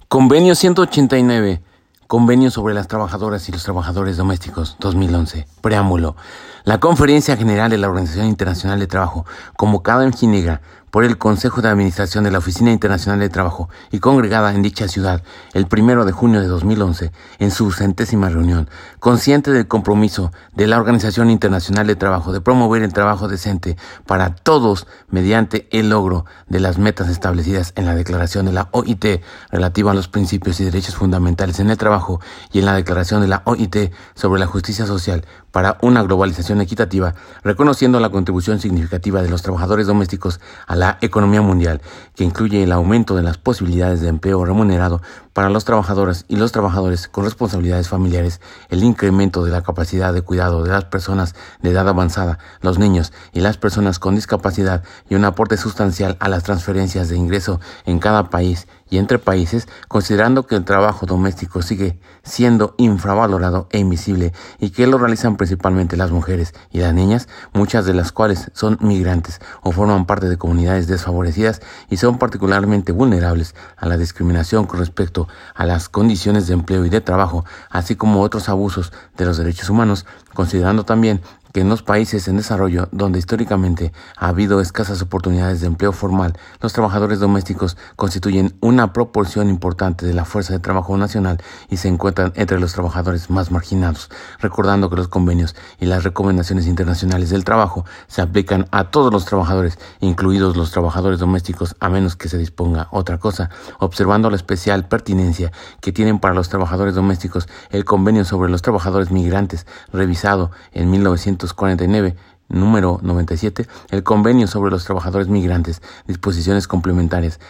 Convenio 189. Convenio sobre las trabajadoras y los trabajadores domésticos 2011. Preámbulo. La Conferencia General de la Organización Internacional de Trabajo, convocada en Ginebra por el Consejo de Administración de la Oficina Internacional de Trabajo y congregada en dicha ciudad el 1 de junio de 2011 en su 100ª reunión, consciente del compromiso de la Organización Internacional de Trabajo de promover el trabajo decente para todos mediante el logro de las metas establecidas en la Declaración de la OIT relativa a los principios y derechos fundamentales en el trabajo y en la Declaración de la OIT sobre la justicia social para una globalización equitativa, reconociendo la contribución significativa de los trabajadores domésticos a la economía mundial, que incluye el aumento de las posibilidades de empleo remunerado para los trabajadoras y los trabajadores con responsabilidades familiares, el incremento de la capacidad de cuidado de las personas de edad avanzada, los niños y las personas con discapacidad y un aporte sustancial a las transferencias de ingreso en cada país y entre países, considerando que el trabajo doméstico sigue siendo infravalorado e invisible y que lo realizan principalmente las mujeres y las niñas, muchas de las cuales son migrantes o forman parte de comunidades desfavorecidas y son particularmente vulnerables a la discriminación con respecto a las condiciones de empleo y de trabajo, así como otros abusos de los derechos humanos, considerando también que en los países en desarrollo, donde históricamente ha habido escasas oportunidades de empleo formal, los trabajadores domésticos constituyen una proporción importante de la fuerza de trabajo nacional y se encuentran entre los trabajadores más marginados, recordando que los convenios y las recomendaciones internacionales del trabajo se aplican a todos los trabajadores, incluidos los trabajadores domésticos, a menos que se disponga otra cosa, observando la especial pertinencia que tienen para los trabajadores domésticos el convenio sobre los trabajadores migrantes, revisado en 1949, número 97, el Convenio sobre los Trabajadores Migrantes, disposiciones complementarias,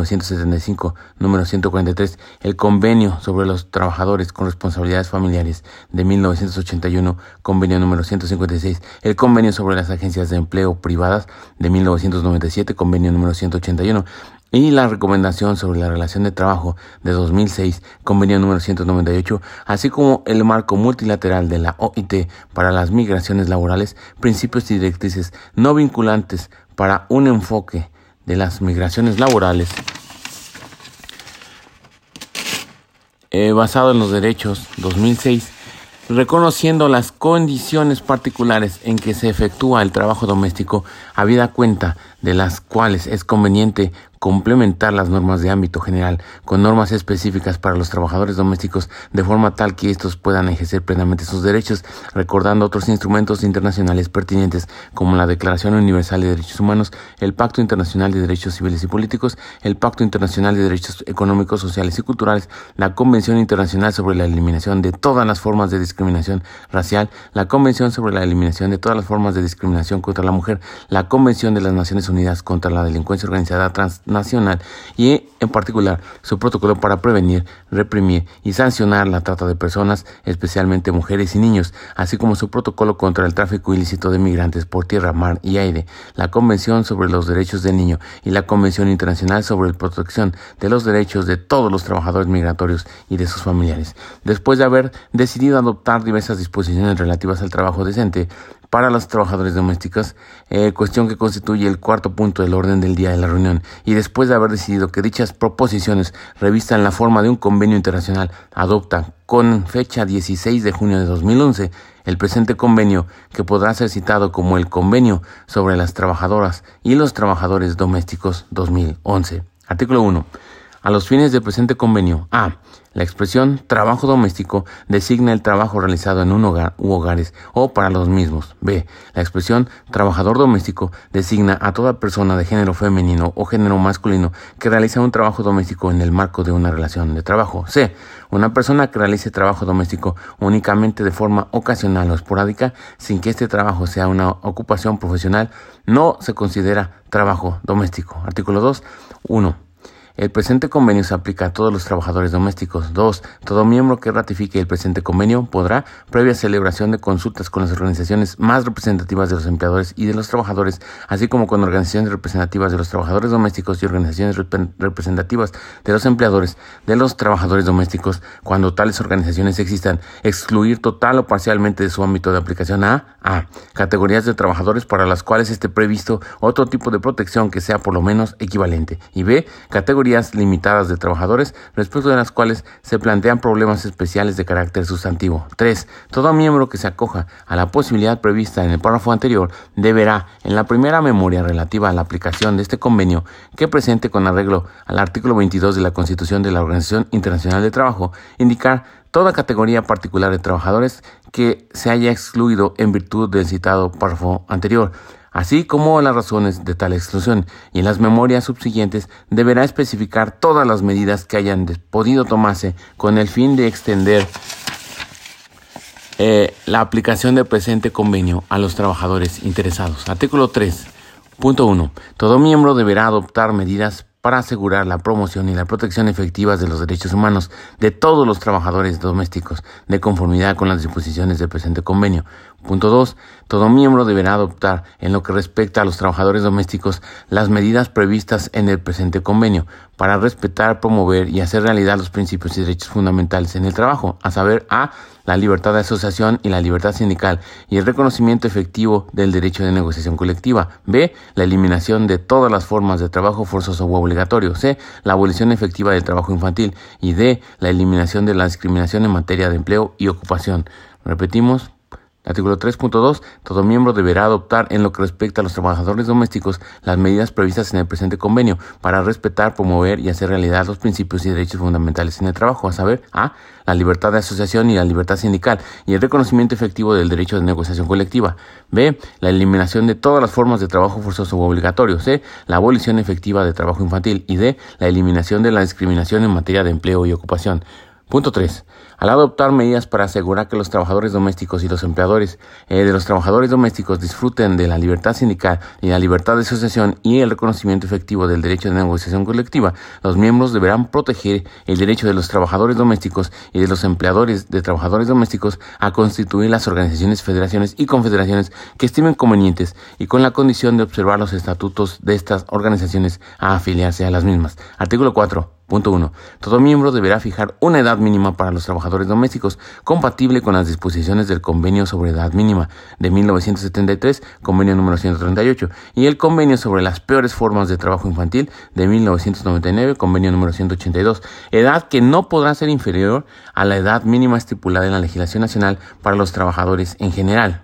1975, número 143, el Convenio sobre los Trabajadores con Responsabilidades Familiares, de 1981, Convenio número 156, el Convenio sobre las Agencias de Empleo Privadas, de 1997, Convenio número 181, y la Recomendación sobre la Relación de Trabajo de 2006, Convenio número 198, así como el Marco Multilateral de la OIT para las Migraciones Laborales, principios y directrices no vinculantes para un enfoque de las migraciones laborales basado en los derechos 2006, reconociendo las condiciones particulares en que se efectúa el trabajo doméstico, habida cuenta de las cuales es conveniente complementar las normas de ámbito general con normas específicas para los trabajadores domésticos de forma tal que estos puedan ejercer plenamente sus derechos, recordando otros instrumentos internacionales pertinentes como la Declaración Universal de Derechos Humanos, el Pacto Internacional de Derechos Civiles y Políticos, el Pacto Internacional de Derechos Económicos, Sociales y Culturales, la Convención Internacional sobre la Eliminación de todas las formas de discriminación racial, la Convención sobre la Eliminación de todas las formas de discriminación contra la mujer, la Convención de las Naciones Unidas contra la Delincuencia Organizada Transnacional y, en particular, su protocolo para prevenir, reprimir y sancionar la trata de personas, especialmente mujeres y niños, así como su protocolo contra el tráfico ilícito de migrantes por tierra, mar y aire, la Convención sobre los Derechos del Niño y la Convención Internacional sobre la Protección de los Derechos de todos los trabajadores migratorios y de sus familiares. Después de haber decidido adoptar diversas disposiciones relativas al trabajo decente para los trabajadores domésticos, cuestión que constituye el cuarto punto del orden del día de la reunión, y después de haber decidido que dichas proposiciones revistan la forma de un convenio internacional, adopta con fecha 16 de junio de 2011 el presente convenio, que podrá ser citado como el Convenio sobre las Trabajadoras y los Trabajadores Domésticos 2011. Artículo 1. A los fines del presente convenio, a. La expresión trabajo doméstico designa el trabajo realizado en un hogar u hogares o para los mismos. B. La expresión trabajador doméstico designa a toda persona de género femenino o género masculino que realiza un trabajo doméstico en el marco de una relación de trabajo. C. Una persona que realice trabajo doméstico únicamente de forma ocasional o esporádica, sin que este trabajo sea una ocupación profesional, no se considera trabajo doméstico. Artículo 2. 1. El presente convenio se aplica a todos los trabajadores domésticos. 2. Todo miembro que ratifique el presente convenio podrá, previa celebración de consultas con las organizaciones más representativas de los empleadores y de los trabajadores, así como con organizaciones representativas de los trabajadores domésticos y organizaciones representativas de los empleadores de los trabajadores domésticos, cuando tales organizaciones existan, excluir total o parcialmente de su ámbito de aplicación a categorías de trabajadores para las cuales esté previsto otro tipo de protección que sea por lo menos equivalente, y b. Categorías categorías limitadas de trabajadores respecto de las cuales se plantean problemas especiales de carácter sustantivo. 3. Todo miembro que se acoja a la posibilidad prevista en el párrafo anterior deberá, en la primera memoria relativa a la aplicación de este convenio, que presente con arreglo al artículo 22 de la Constitución de la Organización Internacional de Trabajo, indicar toda categoría particular de trabajadores que se haya excluido en virtud del citado párrafo anterior, así como las razones de tal exclusión, y en las memorias subsiguientes deberá especificar todas las medidas que hayan podido tomarse con el fin de extender la aplicación del presente convenio a los trabajadores interesados. Artículo 3.1. Todo miembro deberá adoptar medidas para asegurar la promoción y la protección efectivas de los derechos humanos de todos los trabajadores domésticos, de conformidad con las disposiciones del presente convenio. Punto 2. Todo miembro deberá adoptar, en lo que respecta a los trabajadores domésticos, las medidas previstas en el presente convenio para respetar, promover y hacer realidad los principios y derechos fundamentales en el trabajo, a saber, a la libertad de asociación y la libertad sindical y el reconocimiento efectivo del derecho de negociación colectiva. B. La eliminación de todas las formas de trabajo forzoso u obligatorio. C. La abolición efectiva del trabajo infantil. Y D. La eliminación de la discriminación en materia de empleo y ocupación. Repetimos. Artículo 3.2. Todo miembro deberá adoptar, en lo que respecta a los trabajadores domésticos, las medidas previstas en el presente convenio para respetar, promover y hacer realidad los principios y derechos fundamentales en el trabajo, a saber, a. La libertad de asociación y la libertad sindical y el reconocimiento efectivo del derecho de negociación colectiva. B. La eliminación de todas las formas de trabajo forzoso u obligatorio. C. La abolición efectiva del trabajo infantil. Y D. La eliminación de la discriminación en materia de empleo y ocupación. Punto 3. Al adoptar medidas para asegurar que los trabajadores domésticos y los empleadores de los trabajadores domésticos disfruten de la libertad sindical y la libertad de asociación y el reconocimiento efectivo del derecho de negociación colectiva, los miembros deberán proteger el derecho de los trabajadores domésticos y de los empleadores de trabajadores domésticos a constituir las organizaciones, federaciones y confederaciones que estimen convenientes y con la condición de observar los estatutos de estas organizaciones a afiliarse a las mismas. Artículo 4.1. Todo miembro deberá fijar una edad mínima para los trabajadores domésticos compatible con las disposiciones del Convenio sobre Edad Mínima de 1973, Convenio número 138, y el Convenio sobre las peores formas de trabajo infantil de 1999, Convenio número 182, edad que no podrá ser inferior a la edad mínima estipulada en la legislación nacional para los trabajadores en general.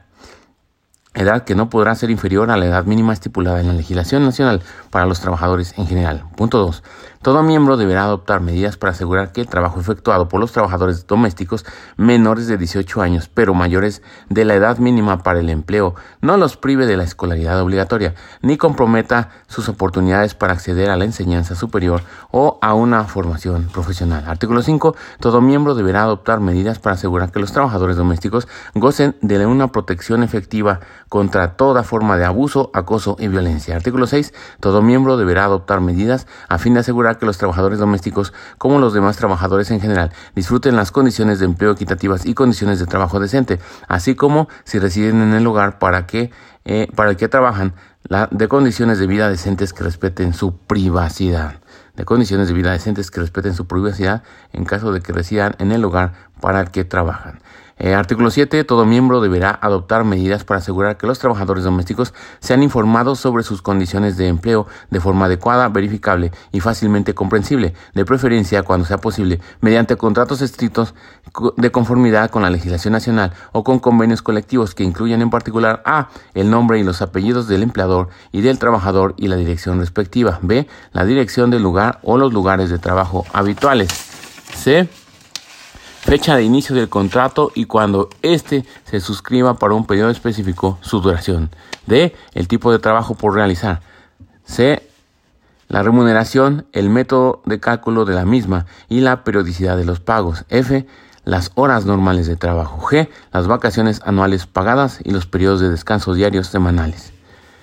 Edad que no podrá ser inferior a la edad mínima estipulada en la legislación nacional para los trabajadores en general. Punto 2. Todo miembro deberá adoptar medidas para asegurar que el trabajo efectuado por los trabajadores domésticos menores de 18 años, pero mayores de la edad mínima para el empleo, no los prive de la escolaridad obligatoria, ni comprometa sus oportunidades para acceder a la enseñanza superior o a una formación profesional. Artículo 5. Todo miembro deberá adoptar medidas para asegurar que los trabajadores domésticos gocen de una protección efectiva contra toda forma de abuso, acoso y violencia. Artículo 6. Todo miembro deberá adoptar medidas a fin de asegurar que los trabajadores domésticos, como los demás trabajadores en general, disfruten las condiciones de empleo equitativas y condiciones de trabajo decente, así como, si residen en el hogar para el que trabajan, de condiciones de vida decentes que respeten su privacidad. De condiciones de vida decentes que respeten su privacidad en caso de que residan en el hogar para el que trabajan. Artículo 7. Todo miembro deberá adoptar medidas para asegurar que los trabajadores domésticos sean informados sobre sus condiciones de empleo de forma adecuada, verificable y fácilmente comprensible, de preferencia, cuando sea posible, mediante contratos estrictos de conformidad con la legislación nacional o con convenios colectivos que incluyan en particular a. El nombre y los apellidos del empleador y del trabajador y la dirección respectiva. B. La dirección del lugar o los lugares de trabajo habituales. C. Fecha de inicio del contrato y cuando éste se suscriba para un periodo específico, su duración. D. El tipo de trabajo por realizar. C. La remuneración, el método de cálculo de la misma y la periodicidad de los pagos. F. Las horas normales de trabajo. G. Las vacaciones anuales pagadas y los periodos de descanso diarios semanales.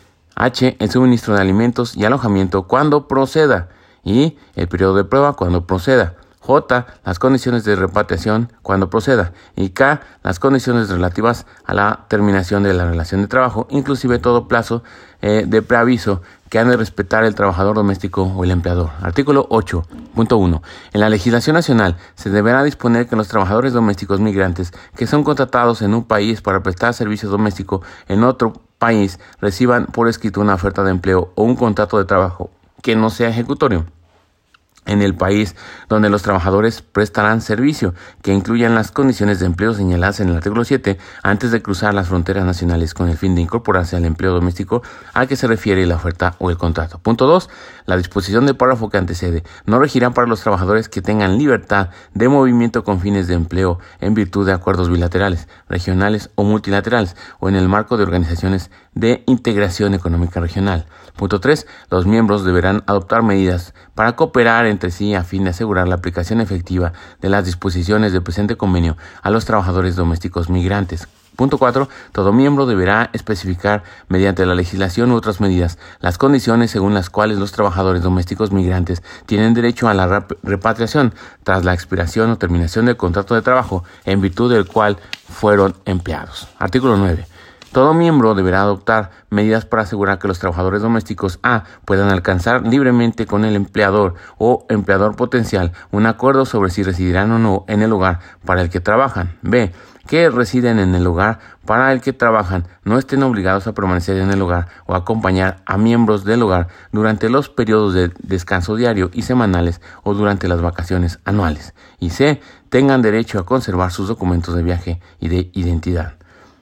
H. El suministro de alimentos y alojamiento cuando proceda. Y el periodo de prueba cuando proceda. J. Las condiciones de repatriación cuando proceda. Y K. Las condiciones relativas a la terminación de la relación de trabajo, inclusive todo plazo de preaviso que han de respetar el trabajador doméstico o el empleador. Artículo 8.1. En la legislación nacional se deberá disponer que los trabajadores domésticos migrantes que son contratados en un país para prestar servicio doméstico en otro país reciban por escrito una oferta de empleo o un contrato de trabajo que no sea ejecutorio. en el país donde los trabajadores prestarán servicio, que incluyan las condiciones de empleo señaladas en el artículo 7 antes de cruzar las fronteras nacionales con el fin de incorporarse al empleo doméstico al que se refiere la oferta o el contrato. Punto 2. La disposición del párrafo que antecede no regirá para los trabajadores que tengan libertad de movimiento con fines de empleo en virtud de acuerdos bilaterales, regionales o multilaterales o en el marco de organizaciones de integración económica regional. Punto 3. Los miembros deberán adoptar medidas para cooperar entre sí a fin de asegurar la aplicación efectiva de las disposiciones del presente convenio a los trabajadores domésticos migrantes. Punto 4. Todo miembro deberá especificar mediante la legislación u otras medidas las condiciones según las cuales los trabajadores domésticos migrantes tienen derecho a la repatriación tras la expiración o terminación del contrato de trabajo en virtud del cual fueron empleados. Artículo 9. Todo miembro deberá adoptar medidas para asegurar que los trabajadores domésticos A puedan alcanzar libremente con el empleador o empleador potencial un acuerdo sobre si residirán o no en el lugar para el que trabajan. B. Que residen en el lugar para el que trabajan no estén obligados a permanecer en el lugar o acompañar a miembros del hogar durante los periodos de descanso diario y semanales o durante las vacaciones anuales. Y C. Tengan derecho a conservar sus documentos de viaje y de identidad.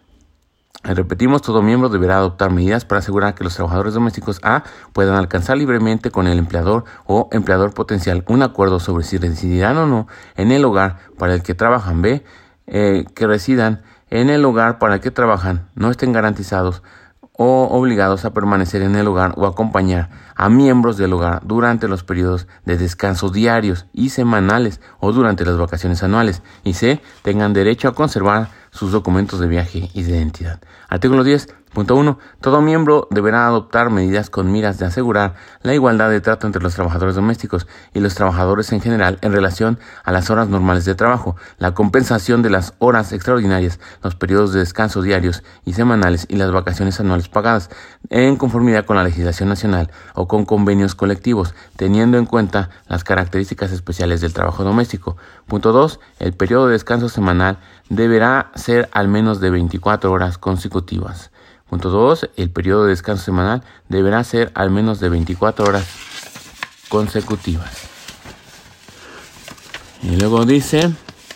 Repetimos, todo miembro deberá adoptar medidas para asegurar que los trabajadores domésticos A puedan alcanzar libremente con el empleador o empleador potencial un acuerdo sobre si residirán o no en el hogar para el que trabajan. B. Que residan en el hogar para el que trabajan no estén garantizados o obligados a permanecer en el hogar o acompañar a miembros del hogar durante los periodos de descanso diarios y semanales o durante las vacaciones anuales. Y C. Tengan derecho a conservar sus documentos de viaje y de identidad. Artículo 10.1. Todo miembro deberá adoptar medidas con miras de asegurar la igualdad de trato entre los trabajadores domésticos y los trabajadores en general en relación a las horas normales de trabajo, la compensación de las horas extraordinarias, los periodos de descanso diarios y semanales y las vacaciones anuales pagadas, en conformidad con la legislación nacional o con convenios colectivos, teniendo en cuenta las características especiales del trabajo doméstico. Punto 2. El periodo de descanso semanal deberá ser al menos de 24 horas consecutivas. Punto 2. El periodo de descanso semanal deberá ser al menos de 24 horas consecutivas. Y luego dice,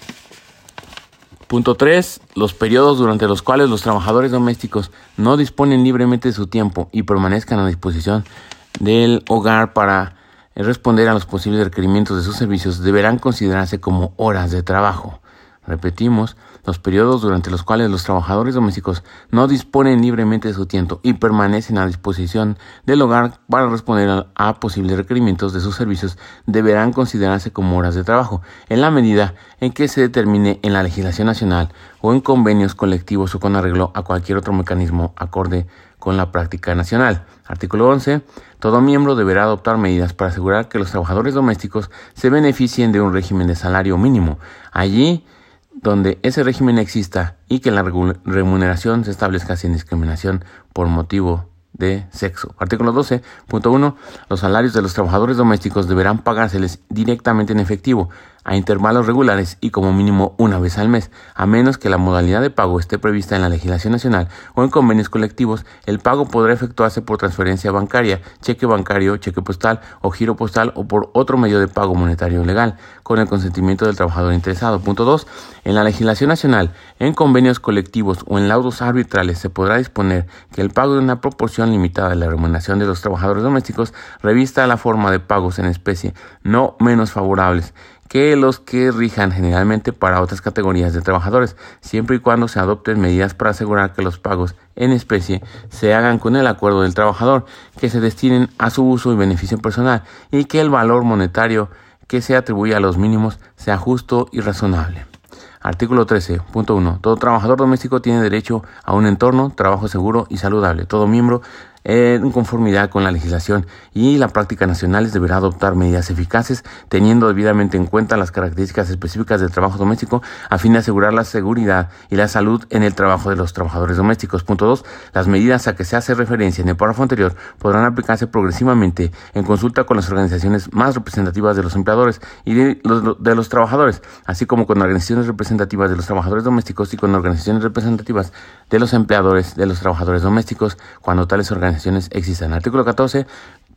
punto 3. Los periodos durante los cuales los trabajadores domésticos no disponen libremente de su tiempo y permanezcan a disposición del hogar para responder a los posibles requerimientos de sus servicios deberán considerarse como horas de trabajo. Repetimos, los periodos durante los cuales los trabajadores domésticos no disponen libremente de su tiempo y permanecen a disposición del hogar para responder a posibles requerimientos de sus servicios deberán considerarse como horas de trabajo, en la medida en que se determine en la legislación nacional o en convenios colectivos o con arreglo a cualquier otro mecanismo acorde con la práctica nacional. Artículo 11. Todo miembro deberá adoptar medidas para asegurar que los trabajadores domésticos se beneficien de un régimen de salario mínimo, allí donde ese régimen exista y que la remuneración se establezca sin discriminación por motivo de sexo. Artículo 12.1. Los salarios de los trabajadores domésticos deberán pagárseles directamente en efectivo, a intervalos regulares y como mínimo una vez al mes, a menos que la modalidad de pago esté prevista en la legislación nacional o en convenios colectivos. El pago podrá efectuarse por transferencia bancaria, cheque bancario, cheque postal o giro postal o por otro medio de pago monetario legal, con el consentimiento del trabajador interesado. Punto 2. En la legislación nacional, en convenios colectivos o en laudos arbitrales se podrá disponer que el pago de una proporción limitada de la remuneración de los trabajadores domésticos revista la forma de pagos en especie no menos favorables que los que rijan generalmente para otras categorías de trabajadores, siempre y cuando se adopten medidas para asegurar que los pagos en especie se hagan con el acuerdo del trabajador, que se destinen a su uso y beneficio personal y que el valor monetario que se atribuya a los mínimos sea justo y razonable. Artículo 13.1. Todo trabajador doméstico tiene derecho a un entorno, trabajo seguro y saludable. Todo miembro en conformidad con la legislación y la práctica nacionales deberá adoptar medidas eficaces teniendo debidamente en cuenta las características específicas del trabajo doméstico a fin de asegurar la seguridad y la salud en el trabajo de los trabajadores domésticos. Punto 2. Las medidas a que se hace referencia en el párrafo anterior podrán aplicarse progresivamente en consulta con las organizaciones más representativas de los empleadores y de los trabajadores, así como con organizaciones representativas de los trabajadores domésticos y con organizaciones representativas de los empleadores de los trabajadores domésticos cuando tales organizaciones existan. Artículo 14.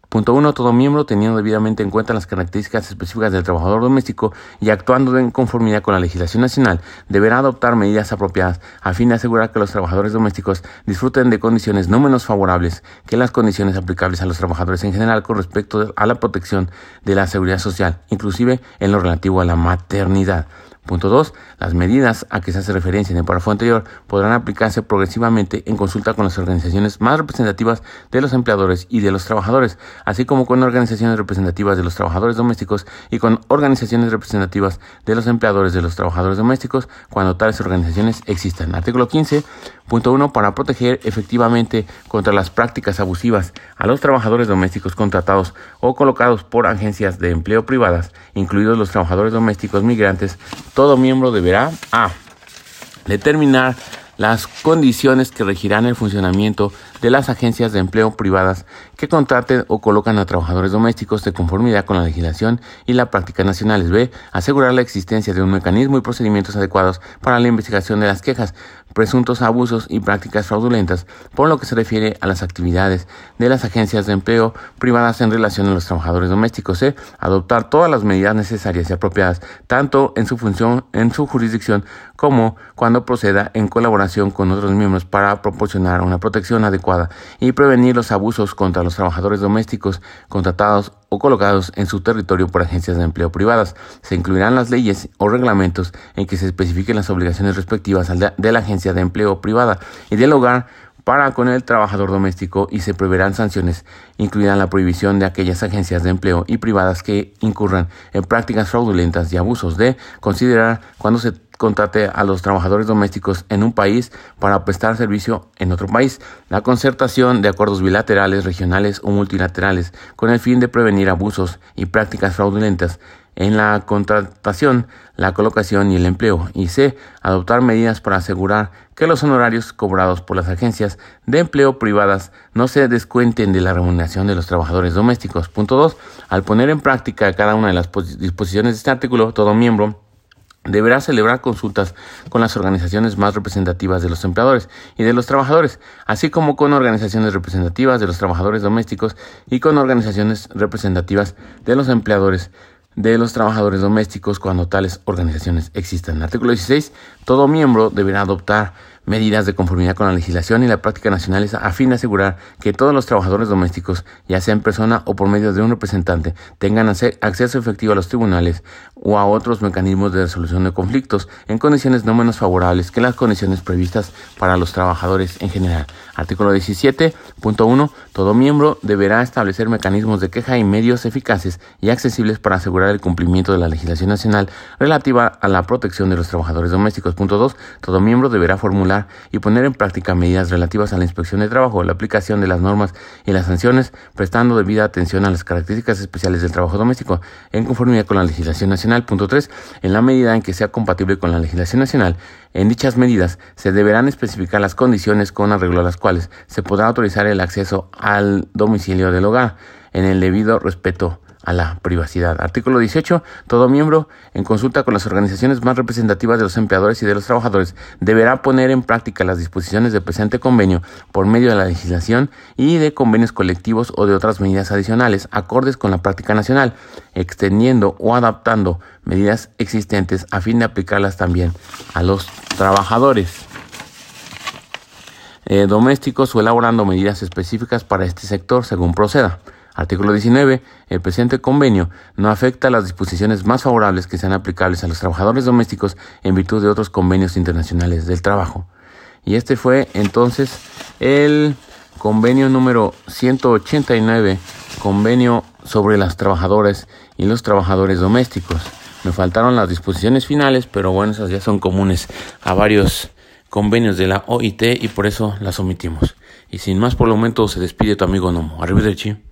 Punto 1. Todo miembro, teniendo debidamente en cuenta las características específicas del trabajador doméstico y actuando en conformidad con la legislación nacional, deberá adoptar medidas apropiadas a fin de asegurar que los trabajadores domésticos disfruten de condiciones no menos favorables que las condiciones aplicables a los trabajadores en general con respecto a la protección de la seguridad social, inclusive en lo relativo a la maternidad. Punto 2. Las medidas a que se hace referencia en el párrafo anterior podrán aplicarse progresivamente en consulta con las organizaciones más representativas de los empleadores y de los trabajadores, así como con organizaciones representativas de los trabajadores domésticos y con organizaciones representativas de los empleadores de los trabajadores domésticos cuando tales organizaciones existan. Artículo 15. Punto 1. Para proteger efectivamente contra las prácticas abusivas a los trabajadores domésticos contratados o colocados por agencias de empleo privadas, incluidos los trabajadores domésticos migrantes, todo miembro deberá a. Determinar las condiciones que regirán el funcionamiento de las agencias de empleo privadas que contraten o colocan a trabajadores domésticos de conformidad con la legislación y las prácticas nacionales. B. Asegurar la existencia de un mecanismo y procedimientos adecuados para la investigación de las quejas, presuntos abusos y prácticas fraudulentas, por lo que se refiere a las actividades de las agencias de empleo privadas en relación a los trabajadores domésticos. C. Adoptar todas las medidas necesarias y apropiadas, tanto en su función, en su jurisdicción, como cuando proceda en colaboración con otros miembros para proporcionar una protección adecuada y prevenir los abusos contra los trabajadores domésticos contratados o colocados en su territorio por agencias de empleo privadas. Se incluirán las leyes o reglamentos en que se especifiquen las obligaciones respectivas de la agencia de empleo privada y del hogar para con el trabajador doméstico y se preverán sanciones, incluida la prohibición de aquellas agencias de empleo y privadas que incurran en prácticas fraudulentas y abusos. De considerar cuando se contrate a los trabajadores domésticos en un país para prestar servicio en otro país, la concertación de acuerdos bilaterales, regionales o multilaterales con el fin de prevenir abusos y prácticas fraudulentas en la contratación, la colocación y el empleo. Y C. Adoptar medidas para asegurar que los honorarios cobrados por las agencias de empleo privadas no se descuenten de la remuneración de los trabajadores domésticos. Punto 2. Al poner en práctica cada una de las disposiciones de este artículo, todo miembro deberá celebrar consultas con las organizaciones más representativas de los empleadores y de los trabajadores, así como con organizaciones representativas de los trabajadores domésticos y con organizaciones representativas de los empleadores de los trabajadores domésticos cuando tales organizaciones existan. Artículo 16. Todo miembro deberá adoptar medidas de conformidad con la legislación y la práctica nacionales a fin de asegurar que todos los trabajadores domésticos, ya sea en persona o por medio de un representante, tengan acceso efectivo a los tribunales o a otros mecanismos de resolución de conflictos en condiciones no menos favorables que las condiciones previstas para los trabajadores en general. Artículo 17.1. Todo miembro deberá establecer mecanismos de queja y medios eficaces y accesibles para asegurar el cumplimiento de la legislación nacional relativa a la protección de los trabajadores domésticos. Punto 2. Todo miembro deberá formular y poner en práctica medidas relativas a la inspección de trabajo, la aplicación de las normas y las sanciones, prestando debida atención a las características especiales del trabajo doméstico en conformidad con la legislación nacional. Punto 3. En la medida en que sea compatible con la legislación nacional, en dichas medidas se deberán especificar las condiciones con arreglo a las cuales se podrá autorizar el acceso al domicilio del hogar en el debido respeto a la privacidad. Artículo 18. Todo miembro, en consulta con las organizaciones más representativas de los empleadores y de los trabajadores, deberá poner en práctica las disposiciones del presente convenio por medio de la legislación y de convenios colectivos o de otras medidas adicionales acordes con la práctica nacional, extendiendo o adaptando medidas existentes a fin de aplicarlas también a los trabajadores domésticos o elaborando medidas específicas para este sector según proceda. Artículo 19. El presente convenio no afecta a las disposiciones más favorables que sean aplicables a los trabajadores domésticos en virtud de otros convenios internacionales del trabajo. Y este fue entonces el convenio número 189, convenio sobre las trabajadoras y los trabajadores domésticos. Me faltaron las disposiciones finales, pero bueno, esas ya son comunes a varios convenios de la OIT y por eso las omitimos. Y sin más por el momento se despide tu amigo Nomo. Arrivederci.